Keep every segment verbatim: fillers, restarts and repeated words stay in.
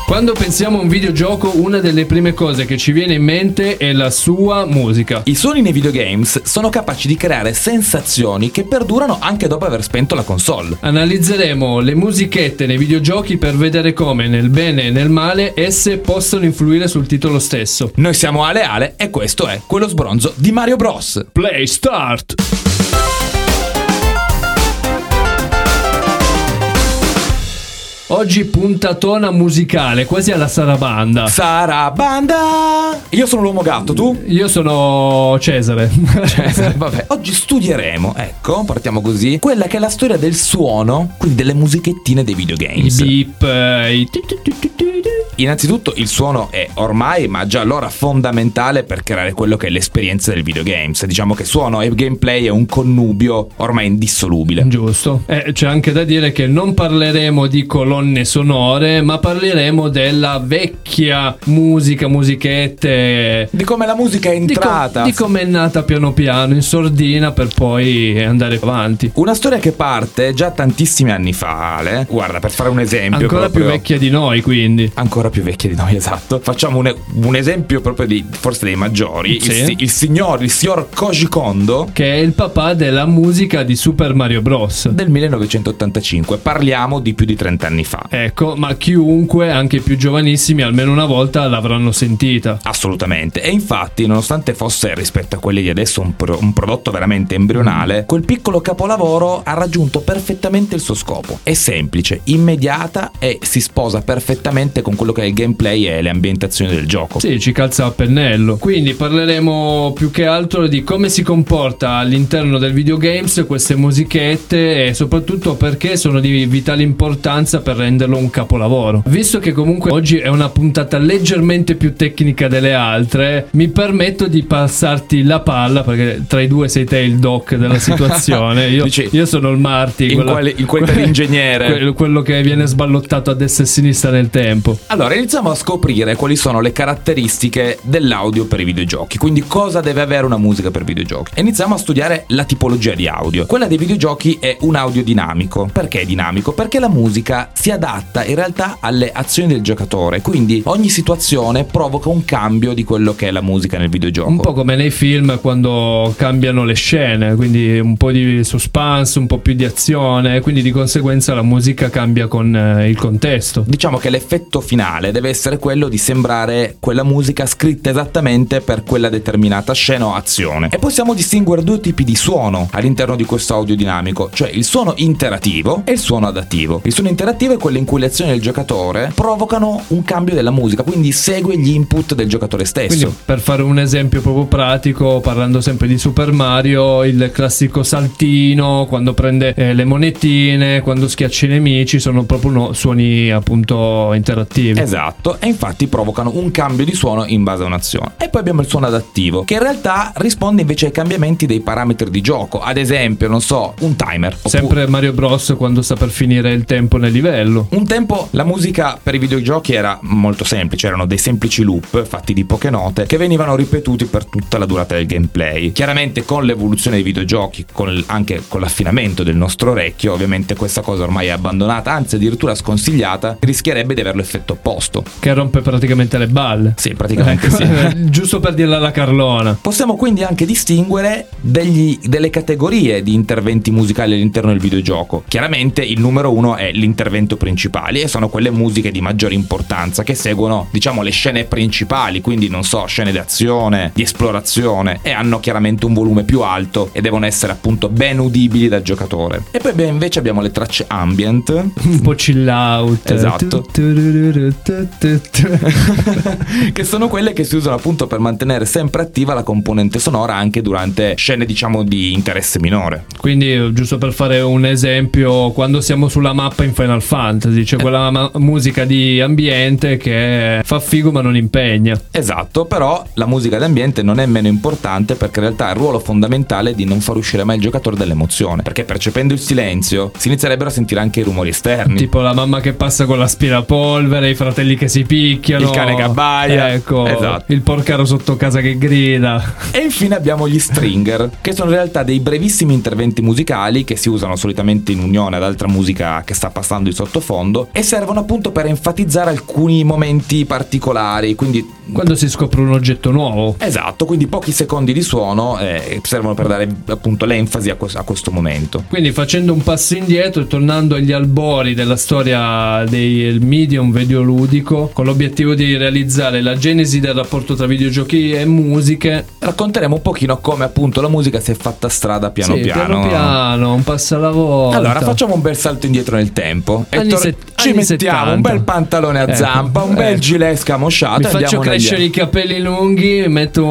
Quando pensiamo a un videogioco, una delle prime cose che ci viene in mente è la sua musica. I suoni nei videogames sono capaci di creare sensazioni che perdurano anche dopo aver spento la console. Analizzeremo le musichette nei videogiochi per vedere come, nel bene e nel male, esse possono influire sul titolo stesso. Noi siamo Ale Ale e questo è Quello Sbronzo di Mario Bros. Play start! Oggi puntatona musicale, quasi alla Sarabanda. Sarabanda! Io sono l'uomo gatto, tu? Io sono Cesare. Cesare, vabbè. Oggi studieremo, ecco, partiamo così, quella che è la storia del suono, quindi delle musichettine dei videogames. I beep, eh, i... Innanzitutto il suono è ormai, ma già allora, fondamentale per creare quello che è l'esperienza del videogames. Diciamo che suono e gameplay è un connubio ormai indissolubile. Giusto. Eh, c'è anche da dire che non parleremo di colonne sonore, ma parleremo della vecchia musica, musichette, di come la musica è entrata, di, com- di come è nata piano piano in sordina per poi andare avanti. Una storia che parte già tantissimi anni fa, Ale. Guarda, per fare un esempio, ancora proprio... più vecchia di noi, quindi ancora più vecchia di noi, esatto. Facciamo un, un esempio proprio di forse dei maggiori. Sì. il, il signor il signor Koji Kondo, che è il papà della musica di Super Mario Bros. Del millenovecentottantacinque. Parliamo di più di trenta anni fa. Ecco, ma chiunque, anche i più giovanissimi, almeno una volta l'avranno sentita. Assolutamente. E infatti, nonostante fosse rispetto a quelli di adesso un, pro, un prodotto veramente embrionale, mm. quel piccolo capolavoro ha raggiunto perfettamente il suo scopo. È semplice, immediata e si sposa perfettamente con quello che è il gameplay e le ambientazioni del gioco. Sì, ci calza a pennello. Quindi parleremo più che altro di come si comporta all'interno del videogames queste musichette e soprattutto perché sono di vitale importanza per renderlo un capolavoro. Visto che comunque oggi è una puntata leggermente più tecnica delle altre, mi permetto di passarti la palla, perché tra i due sei te il doc della situazione. Io, Dici, io sono il Marty, in, quella, quale, in qualità di ingegnere, quello, quello che viene sballottato a destra e a sinistra nel tempo. Allora, iniziamo a scoprire quali sono le caratteristiche dell'audio per i videogiochi, quindi cosa deve avere una musica per videogiochi. Iniziamo a studiare la tipologia di audio. Quella dei videogiochi è un audio dinamico. Perché è dinamico? Perché la musica si adatta in realtà alle azioni del giocatore, quindi ogni situazione provoca un cambio di quello che è la musica nel videogioco. Un po' come nei film quando cambiano le scene, quindi un po' di suspense, un po' più di azione, quindi di conseguenza la musica cambia con eh, il contesto. Diciamo che l'effetto finale deve essere quello di sembrare quella musica scritta esattamente per quella determinata scena o azione. E possiamo distinguere due tipi di suono all'interno di questo audio dinamico, cioè il suono interattivo e il suono adattivo. Il suono interattivo è quello in cui le azioni del giocatore provocano un cambio della musica, quindi segue gli input del giocatore stesso. Quindi, per fare un esempio proprio pratico, parlando sempre di Super Mario, il classico saltino quando prende eh, le monetine, quando schiaccia i nemici, sono proprio no, suoni appunto interattivi. Esatto, e infatti provocano un cambio di suono in base a un'azione. E poi abbiamo il suono adattivo, che in realtà risponde invece ai cambiamenti dei parametri di gioco. Ad esempio, non so, un timer. Sempre oppure... Mario Bros quando sta per finire il tempo nel livello. Un tempo la musica per i videogiochi era molto semplice, erano dei semplici loop fatti di poche note che venivano ripetuti per tutta la durata del gameplay. Chiaramente con l'evoluzione dei videogiochi, con anche con l'affinamento del nostro orecchio, ovviamente questa cosa ormai è abbandonata, anzi addirittura sconsigliata, rischierebbe di avere l'effetto opposto, che rompe praticamente le balle. Sì, praticamente ecco, sì. Giusto per dirla alla Carlona. Possiamo quindi anche distinguere degli, delle categorie di interventi musicali all'interno del videogioco. Chiaramente il numero uno è l'intervento principale e sono quelle musiche di maggiore importanza che seguono, diciamo, le scene principali, quindi non so, scene d'azione, di esplorazione, e hanno chiaramente un volume più alto e devono essere appunto ben udibili dal giocatore. E poi beh, invece abbiamo le tracce ambient, un po' chill out, esatto, che sono quelle che si usano appunto per mantenere sempre attiva la componente sonora anche durante scene, diciamo, di interesse minore. Quindi, giusto per fare un esempio, quando siamo sulla mappa in Final Fantasy c'è quella ma- musica di ambiente che fa figo ma non impegna. Esatto, però la musica d'ambiente non è meno importante, perché in realtà ha il ruolo fondamentale di non far uscire mai il giocatore dall'emozione, perché percependo il silenzio si inizierebbero a sentire anche i rumori esterni, tipo la mamma che passa con l'aspirapolvere, i fratelli che si picchiano, il cane che abbaia, ecco, esatto. il porcaro sotto casa che grida. E infine abbiamo gli stringer, che sono in realtà dei brevissimi interventi musicali che si usano solitamente in unione ad altra musica che sta passando in sottofondo e servono appunto per enfatizzare alcuni momenti particolari, quindi quando si scopre un oggetto nuovo. Esatto, quindi pochi secondi di suono eh, servono per dare appunto l'enfasi a, que- a questo momento. Quindi facendo un passo indietro e tornando agli albori della storia del medium videoludico, con l'obiettivo di realizzare la genesi del rapporto tra videogiochi e musiche, racconteremo un pochino come appunto la musica si è fatta strada piano sì, piano. piano piano, un passo alla volta. Allora facciamo un bel salto indietro nel tempo e anni tor- set- ci anni mettiamo settanta. un bel pantalone a Ecco, zampa, un bel ecco. gilet scamosciato. Mi e faccio andiamo crescere negli... i capelli lunghi, metto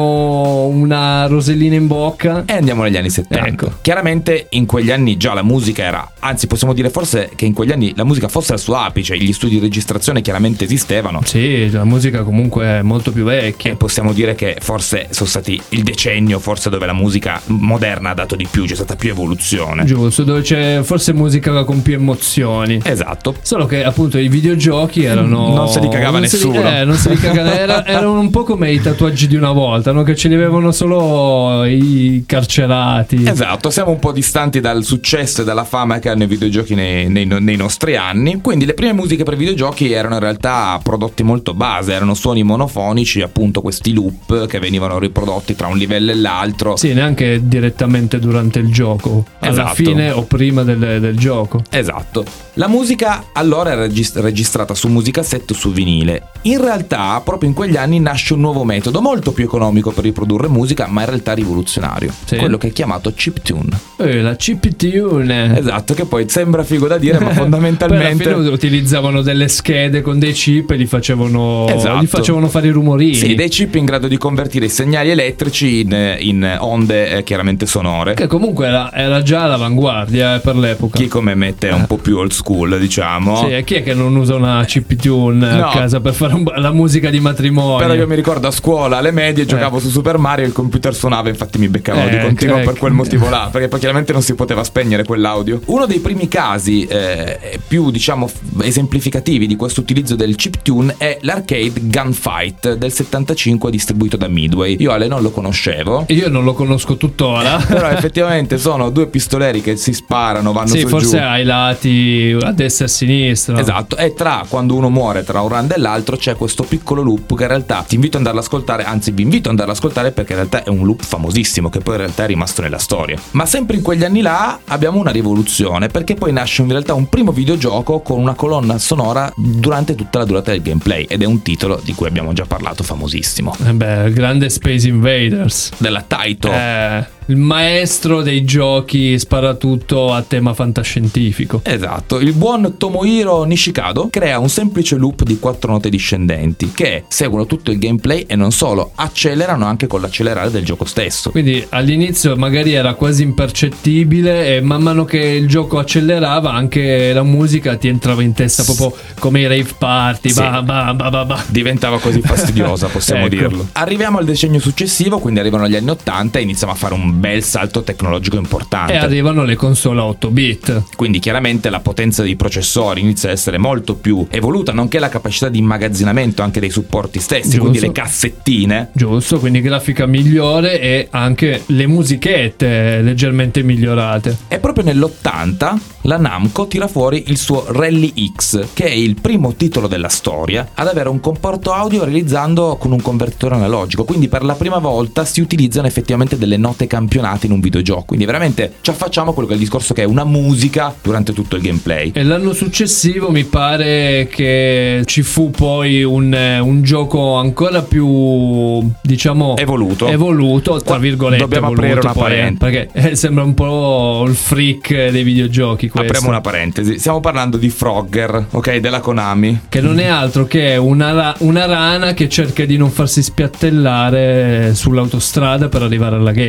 una rosellina in bocca e andiamo negli anni settanta. Ecco. Chiaramente in quegli anni già la musica era, anzi possiamo dire forse che in quegli anni la musica fosse al suo apice, gli studi di registrazione chiaramente esistevano. Sì, la musica comunque è molto più vecchia. E possiamo dire che forse sono stati il decennio forse dove la musica moderna ha dato di più, c'è stata più evoluzione. Giusto, dove c'è forse musica con più emozioni. Esatto. Solo che appunto i videogiochi erano... Non se li cagava non nessuno. Se li, eh, non se li cagava. Era, erano un po' come i tatuaggi di una volta, no? Che ce li avevano solo i carcerati. Esatto, siamo un po' distanti dal successo e dalla fama che hanno i videogiochi nei, nei, nei nostri anni. Quindi le prime musiche per videogiochi erano in realtà prodotti molto base, erano suoni monofonici, appunto questi loop che venivano riprodotti tra un livello e l'altro. Sì, neanche direttamente durante il gioco, alla Esatto. fine o prima del, del gioco. Esatto. La musica allora era regist- registrata su musicassette o su vinile. In realtà proprio in quegli anni nasce un nuovo metodo molto più economico per riprodurre musica, ma in realtà rivoluzionario, sì. quello che è chiamato chiptune. Eh, la chiptune. Esatto, che poi sembra figo da dire, ma Poi fondamentalmente alla fine utilizzavano delle schede con dei chip e li facevano, Esatto. li facevano fare i rumorini. Sì, dei chip in grado di convertire i segnali elettrici in, in onde eh, chiaramente sonore. Che comunque era, era già all'avanguardia eh, per l'epoca. Chi come me è un po' più old school, diciamo. Sì, e chi è che non usa una chiptune No. a casa per fare un, la musica di matrimonio? Però io mi ricordo a scuola, alle medie, giocavo Eh. su Super Mario e il computer suonava, infatti mi beccavo di Ecco, continuo per ecco. quel motivo là, perché poi chiaramente non si poteva spegnere quell'audio. Uno dei primi casi eh, più, diciamo, f- esemplificativi di questo utilizzo del chiptune è l'arcade Gunfight del settantacinque distribuito da Midway. Io Ale non lo conoscevo. Io non lo conosco tuttora. Però effettivamente sono due pistoleri che si sparano, vanno Sì, su forse giù. ai lati, a destra e a sinistra. Esatto, e tra quando uno muore tra un run e l'altro c'è questo piccolo loop che in realtà ti invito ad andarlo ad ascoltare, anzi vi invito ad andarlo ad ascoltare perché in realtà è un loop famosissimo che poi in realtà è rimasto nella storia. Ma sempre in quegli anni là abbiamo una rivoluzione, perché poi nasce in realtà un primo videogioco con una colonna sonora durante tutta la durata del gameplay ed è un titolo di cui abbiamo già parlato, famosissimo. Eh beh, il grande Space Invaders. Della Taito. Eh, il maestro dei giochi sparatutto a tema fantascientifico. Esatto, il buon Tomohiro Nishikado crea un semplice loop di quattro note discendenti che seguono tutto il gameplay e non solo, accelerano anche con l'accelerare del gioco stesso. Quindi all'inizio magari era quasi impercettibile e man mano che il gioco accelerava anche la musica ti entrava in testa proprio come i rave party. Sì. Ba, ba, ba, ba, ba. Diventava così fastidiosa, possiamo Ecco. dirlo. Arriviamo al decennio successivo, quindi arrivano gli anni ottanta e iniziamo a fare un bel salto tecnologico importante. E arrivano le console a otto bit. Quindi chiaramente la potenza dei processori inizia a essere molto più evoluta, nonché la capacità di immagazzinamento anche dei supporti stessi, Giusto. quindi le cassettine. Giusto, quindi grafica migliore e anche le musichette leggermente migliorate. E proprio nell'ottanta la Namco tira fuori il suo Rally X, che è il primo titolo della storia ad avere un comporto audio realizzando con un convertitore analogico, quindi per la prima volta si utilizzano effettivamente delle note campionate in un videogioco, quindi veramente ci affacciamo quello che è il discorso che è una musica durante tutto il gameplay. E l'anno successivo mi pare che ci fu poi un, un gioco ancora più, diciamo, Evoluto. evoluto tra virgolette. Dobbiamo evoluto, aprire una poi, eh, parentesi. perché eh, sembra un po' il freak dei videogiochi questo. Apriamo una parentesi, stiamo parlando di Frogger, ok, della Konami. Che non è altro che una, ra- una rana che cerca di non farsi spiattellare sull'autostrada per arrivare al laghetto. Esatto,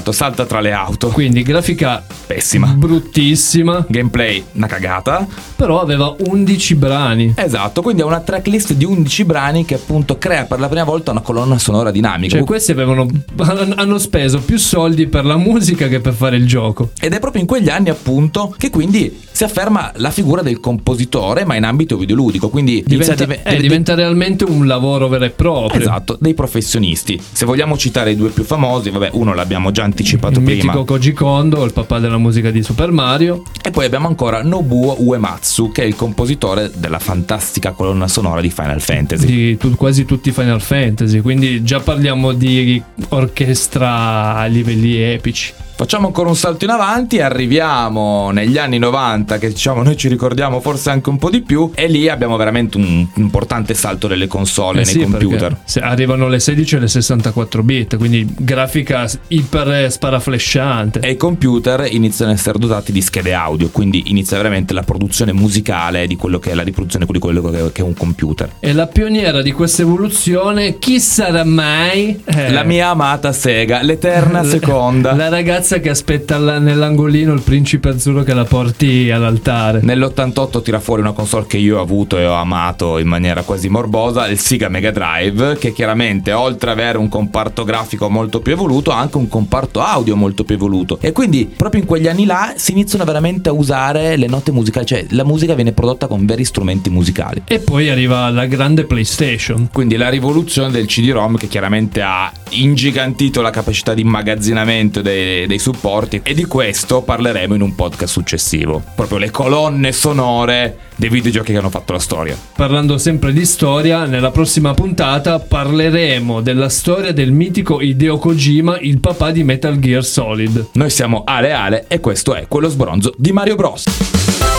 Esatto, salta tra le auto. Quindi grafica pessima, bruttissima, gameplay una cagata, però aveva undici brani. Esatto, quindi è una tracklist di undici brani che appunto crea per la prima volta una colonna sonora dinamica. Cioè questi avevano hanno speso più soldi per la musica che per fare il gioco. Ed è proprio in quegli anni appunto che quindi si afferma la figura del compositore, ma in ambito videoludico, quindi diventa, div- eh, diventa realmente un lavoro vero e proprio. Esatto, dei professionisti. Se vogliamo citare i due più famosi, vabbè, uno l'abbiamo già anticipato il prima, mitico Koji Kondo, il papà della musica di Super Mario, e poi abbiamo ancora Nobuo Uematsu, che è il compositore della fantastica colonna sonora di Final Fantasy, di tu- quasi tutti i Final Fantasy, quindi già parliamo di orchestra a livelli epici. Facciamo ancora un salto in avanti e arriviamo negli anni novanta, che diciamo noi ci ricordiamo forse anche un po' di più, e lì abbiamo veramente un importante salto delle console eh nei sì, computer. Se arrivano le sedici e le sessantaquattro bit, quindi grafica iper sparaflesciante. E i computer iniziano a essere dotati di schede audio, quindi inizia veramente la produzione musicale di quello che è la riproduzione di quello che è un computer. E la pioniera di questa evoluzione, chi sarà mai? Eh, la mia amata Sega, l'eterna seconda. La ragazza che aspetta nell'angolino il principe azzurro che la porti all'altare. Nell'ottantotto tira fuori una console che io ho avuto e ho amato in maniera quasi morbosa, il Sega Mega Drive, che chiaramente oltre ad avere un comparto grafico molto più evoluto ha anche un comparto audio molto più evoluto, e quindi proprio in quegli anni là si iniziano veramente a usare le note musicali, cioè la musica viene prodotta con veri strumenti musicali. E poi arriva la grande PlayStation, quindi la rivoluzione del C D-ROM, che chiaramente ha ingigantito la capacità di immagazzinamento dei, dei supporti, e di questo parleremo in un podcast successivo, proprio le colonne sonore dei videogiochi che hanno fatto la storia. Parlando sempre di storia, nella prossima puntata parleremo della storia del mitico Hideo Kojima, il papà di Metal Gear Solid. Noi siamo Ale Ale e questo è Quello Sbronzo di Mario Bros.